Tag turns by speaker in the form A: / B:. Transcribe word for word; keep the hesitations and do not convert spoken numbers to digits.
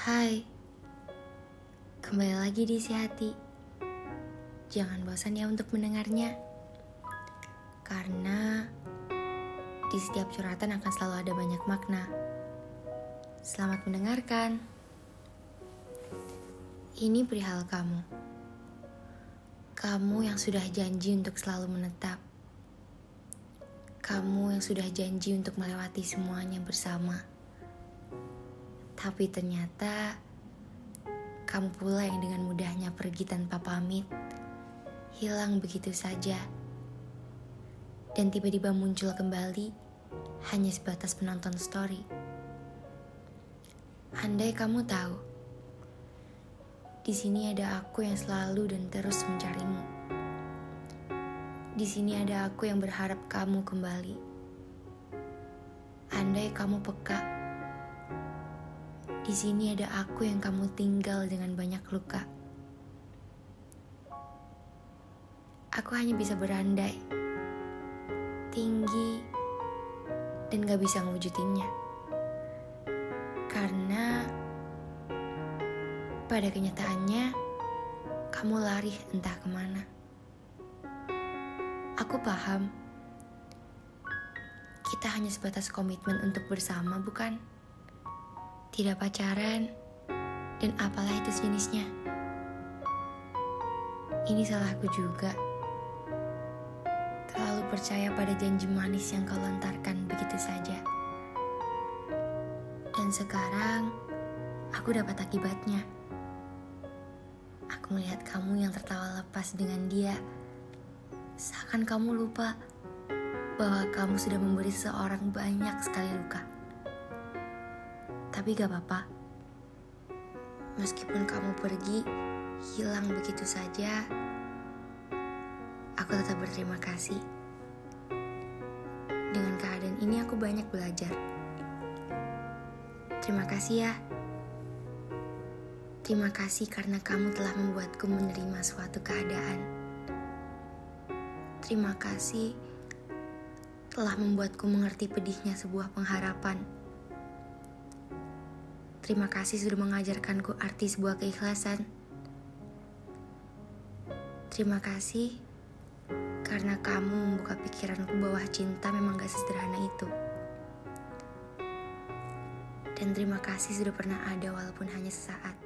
A: Hai, kembali lagi di Isi Hati. Jangan bosan ya untuk mendengarnya, karena di setiap curhatan akan selalu ada banyak makna. Selamat mendengarkan. Ini perihal kamu. Kamu yang sudah janji untuk selalu menetap. Kamu yang sudah janji untuk melewati semuanya bersama. Tapi ternyata kamu pula yang dengan mudahnya pergi tanpa pamit, hilang begitu saja, dan tiba-tiba muncul kembali hanya sebatas penonton story. Andai kamu tahu, di sini ada aku yang selalu dan terus mencarimu. Di sini ada aku yang berharap kamu kembali. Andai kamu peka, di sini ada aku yang kamu tinggal dengan banyak luka. Aku hanya bisa berandai, tinggi, dan gak bisa ngewujudinnya. Karena pada kenyataannya, kamu lari entah kemana. Aku paham, kita hanya sebatas komitmen untuk bersama, bukan? Tidak pacaran, dan apalah itu sejenisnya. Ini salahku juga. Terlalu percaya pada janji manis yang kau lontarkan begitu saja. Dan sekarang, aku dapat akibatnya. Aku melihat kamu yang tertawa lepas dengan dia. Seakan kamu lupa bahwa kamu sudah memberi seseorang banyak sekali luka. Tapi gak apa-apa. Meskipun kamu pergi, hilang begitu saja, aku tetap berterima kasih. Dengan keadaan ini aku banyak belajar. Terima kasih ya. Terima kasih karena kamu telah membuatku menerima suatu keadaan. Terima kasih telah membuatku mengerti pedihnya sebuah pengharapan. Terima kasih sudah mengajarkanku arti sebuah keikhlasan. Terima kasih karena kamu membuka pikiranku bahwa cinta memang gak sesederhana itu. Dan terima kasih sudah pernah ada walaupun hanya sesaat.